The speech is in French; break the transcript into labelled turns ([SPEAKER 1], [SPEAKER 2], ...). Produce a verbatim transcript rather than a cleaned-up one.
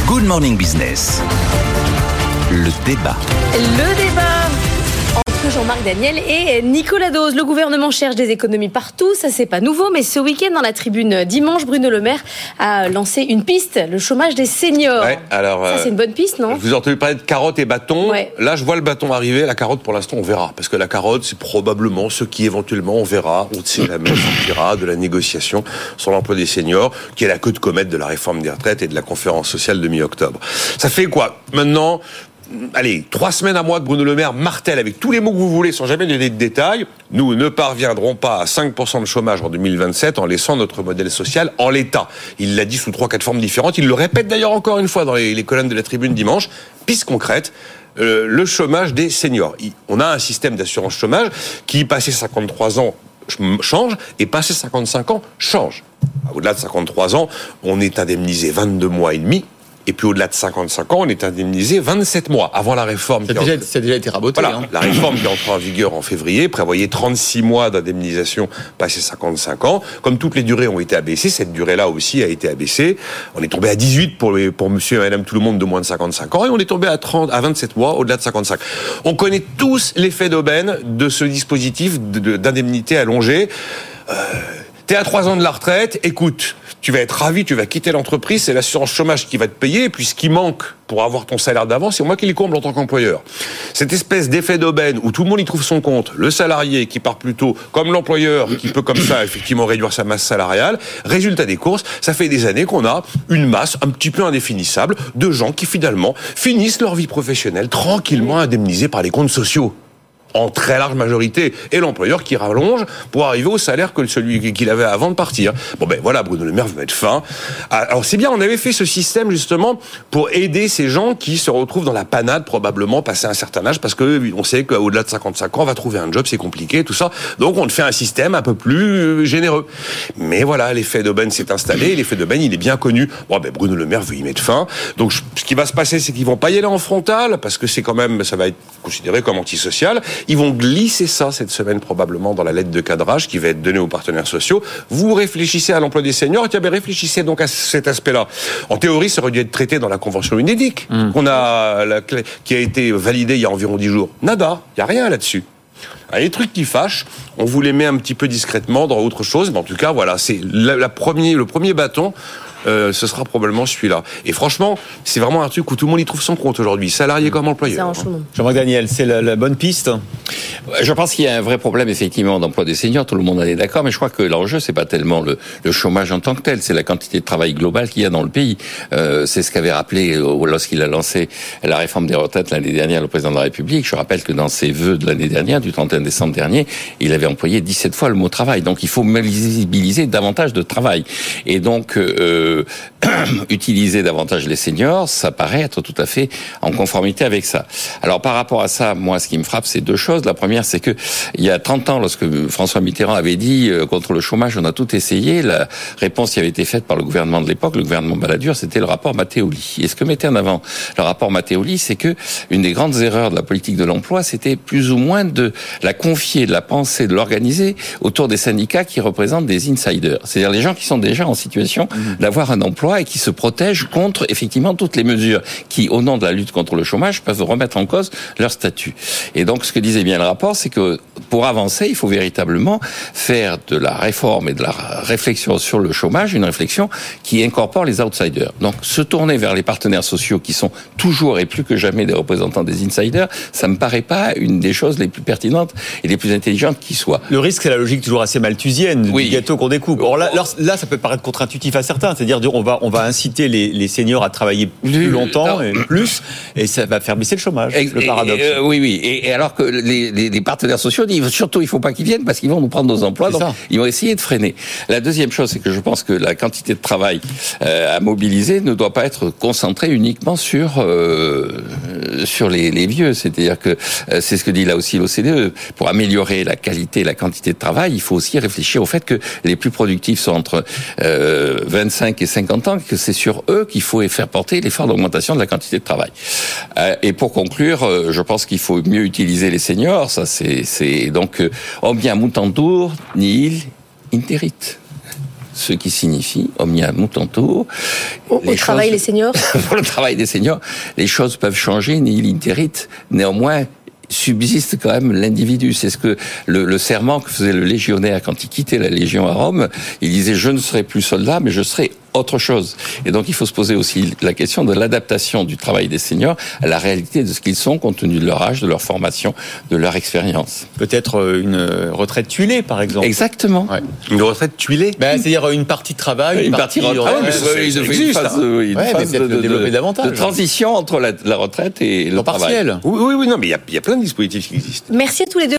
[SPEAKER 1] Good Morning Business. Le débat.
[SPEAKER 2] Le débat entre Jean-Marc Daniel et Nicolas Dose. Le gouvernement cherche des économies partout, ça c'est pas nouveau, mais ce week-end dans la tribune dimanche, Bruno Le Maire a lancé une piste, le chômage des seniors.
[SPEAKER 3] Ouais, alors,
[SPEAKER 2] ça c'est une bonne piste, non ?
[SPEAKER 3] Je vous ai entendu parler de carotte et bâton.
[SPEAKER 2] Ouais.
[SPEAKER 3] Là, je vois le bâton arriver. La carotte, pour l'instant, on verra. Parce que la carotte, c'est probablement ce qui, éventuellement, on verra, on ne sait jamais, sortira de la négociation sur l'emploi des seniors, qui est la queue de comète de la réforme des retraites et de la conférence sociale de mi-octobre. Ça fait quoi ? Maintenant, allez, trois semaines à mois que Bruno Le Maire martèle avec tous les mots que vous voulez, sans jamais donner de détails. Nous ne parviendrons pas à cinq pour cent de chômage en deux mille vingt-sept en laissant notre modèle social en l'état. Il l'a dit sous trois, quatre formes différentes. Il le répète d'ailleurs encore une fois dans les, les colonnes de la tribune dimanche. Piste concrète, euh, le chômage des seniors. On a un système d'assurance chômage qui, passé cinquante-trois ans, change, et passé cinquante-cinq ans, change. Au-delà de cinquante-trois ans, on est indemnisé vingt-deux mois et demi. Et puis au-delà de cinquante-cinq ans, on est indemnisé vingt-sept mois. Avant la réforme...
[SPEAKER 4] Ça a déjà, en... déjà été raboté.
[SPEAKER 3] Voilà,
[SPEAKER 4] hein.
[SPEAKER 3] La réforme qui est entrée en vigueur en février prévoyait trente-six mois d'indemnisation passé cinquante-cinq ans. Comme toutes les durées ont été abaissées, cette durée-là aussi a été abaissée. On est tombé à dix-huit pour, les, pour monsieur et madame tout le monde de moins de cinquante-cinq ans. Et on est tombé à, trente, à vingt-sept mois au-delà de cinquante-cinq. On connaît tous l'effet d'aubaine de ce dispositif de, de, d'indemnité allongée. Euh, T'es à trois ans de la retraite, écoute, tu vas être ravi, tu vas quitter l'entreprise, c'est l'assurance chômage qui va te payer, et puis ce qui manque pour avoir ton salaire d'avant, c'est moi qui les comble en tant qu'employeur. Cette espèce d'effet d'aubaine où tout le monde y trouve son compte, le salarié qui part plutôt comme l'employeur, qui peut comme ça effectivement réduire sa masse salariale, résultat des courses, ça fait des années qu'on a une masse un petit peu indéfinissable de gens qui finalement finissent leur vie professionnelle tranquillement indemnisés par les comptes sociaux. En très large majorité, et l'employeur qui rallonge pour arriver au salaire que celui qu'il avait avant de partir. Bon ben voilà, Bruno Le Maire veut mettre fin. Alors c'est bien, on avait fait ce système justement pour aider ces gens qui se retrouvent dans la panade probablement passé un certain âge, parce que on sait qu'au-delà de cinquante-cinq ans, on va trouver un job, c'est compliqué, tout ça. Donc on fait un système un peu plus généreux. Mais voilà, l'effet d'aubaine s'est installé, l'effet d'aubaine il est bien connu. Bon ben Bruno Le Maire veut y mettre fin. Donc ce qui va se passer, c'est qu'ils vont pas y aller en frontal, parce que c'est quand même, ça va être considéré comme antisocial. Ils vont glisser ça cette semaine probablement dans la lettre de cadrage qui va être donnée aux partenaires sociaux. Vous réfléchissez à l'emploi des seniors, et bien réfléchissez donc à cet aspect-là. En théorie, ça aurait dû être traité dans la convention UNEDIC, mmh. qu'on a, la, qui a été validée il y a environ dix jours. Nada, il n'y a rien là-dessus. Alors, les trucs qui fâchent, on vous les met un petit peu discrètement dans autre chose, mais en tout cas, voilà, c'est la, la premier, le premier bâton. Euh, ce sera probablement celui-là. Et franchement, c'est vraiment un truc où tout le monde y trouve son compte aujourd'hui, salarié comme employeur.
[SPEAKER 2] Hein.
[SPEAKER 4] Jean-Marc Daniel, c'est la, la bonne piste ?
[SPEAKER 5] Je pense qu'il y a un vrai problème effectivement d'emploi des seniors, tout le monde en est d'accord, mais je crois que l'enjeu c'est pas tellement le, le chômage en tant que tel, c'est la quantité de travail globale qu'il y a dans le pays. Euh, c'est ce qu'avait rappelé lorsqu'il a lancé la réforme des retraites l'année dernière le président de la République. Je rappelle que dans ses vœux de l'année dernière, du trente et un décembre dernier, il avait employé dix-sept fois le mot travail. Donc il faut mobiliser davantage de travail. Et donc euh, utiliser davantage les seniors, ça paraît être tout à fait en conformité avec ça. Alors par rapport à ça, moi ce qui me frappe c'est deux choses. La première, c'est que il y a trente ans, lorsque François Mitterrand avait dit euh, contre le chômage, on a tout essayé, la réponse qui avait été faite par le gouvernement de l'époque, le gouvernement Balladur, c'était le rapport Mattéoli. Et ce que mettait en avant le rapport Mattéoli, c'est que une des grandes erreurs de la politique de l'emploi, c'était plus ou moins de la confier, de la penser, de l'organiser autour des syndicats qui représentent des insiders. C'est-à-dire les gens qui sont déjà en situation mmh. d'avoir un emploi et qui se protègent contre effectivement toutes les mesures qui, au nom de la lutte contre le chômage, peuvent remettre en cause leur statut. Et donc ce que disait bien le rapport, c'est que pour avancer, il faut véritablement faire de la réforme et de la réflexion sur le chômage une réflexion qui incorpore les outsiders. Donc se tourner vers les partenaires sociaux qui sont toujours et plus que jamais des représentants des insiders, ça me paraît pas une des choses les plus pertinentes et les plus intelligentes qui soient.
[SPEAKER 4] Le risque, c'est la logique toujours assez malthusienne
[SPEAKER 5] oui.
[SPEAKER 4] du gâteau qu'on découpe. Or là, là, ça peut paraître contre-intuitif à certains, c'est-à-dire on va on va inciter les, les seniors à travailler plus longtemps et plus, et ça va faire baisser le chômage.
[SPEAKER 5] Et,
[SPEAKER 4] le paradoxe.
[SPEAKER 5] Et, euh, oui, oui. Et, et alors que les, les, les partenaires sociaux disent surtout il faut pas qu'ils viennent parce qu'ils vont nous prendre nos emplois, c'est donc ça. Ils vont essayer de freiner. La deuxième chose, c'est que je pense que la quantité de travail euh, à mobiliser ne doit pas être concentrée uniquement sur euh, sur les, les vieux. C'est-à-dire que euh, c'est ce que dit là aussi l'O C D E. Pour améliorer la qualité et la quantité de travail, il faut aussi réfléchir au fait que les plus productifs sont entre euh, vingt-cinq et cinquante ans, que c'est sur eux qu'il faut faire porter l'effort d'augmentation de la quantité de travail. Euh, et pour conclure, euh, je pense qu'il faut mieux utiliser les seniors. Ça, c'est, c'est donc euh, omnia mutantur nihil interit. ce qui signifie omnia mutantur.
[SPEAKER 2] Au, au travail, choses, les seniors.
[SPEAKER 5] Pour le travail des seniors, les choses peuvent changer, nihil interit. Néanmoins, subsiste quand même l'individu. C'est ce que le, le serment que faisait le légionnaire quand il quittait la Légion à Rome. Il disait, je ne serai plus soldat, mais je serai autre chose. Et donc, il faut se poser aussi la question de l'adaptation du travail des seniors à la réalité de ce qu'ils sont, compte tenu de leur âge, de leur formation, de leur expérience.
[SPEAKER 4] Peut-être une retraite tuilée, par exemple.
[SPEAKER 5] Exactement.
[SPEAKER 3] Ouais. Une retraite tuilée.
[SPEAKER 4] Ben, c'est-à-dire une partie de travail, une, une partie, partie de
[SPEAKER 5] retraite. Ah, mais ça, il devait une phase, de, une ouais, phase de, de, de, davantage. de transition entre la, la retraite et le
[SPEAKER 4] temps
[SPEAKER 5] travail.
[SPEAKER 4] Partiel.
[SPEAKER 3] Oui, oui, oui, non, mais il y a, y a plein de dispositifs qui existent.
[SPEAKER 2] Merci à tous les deux.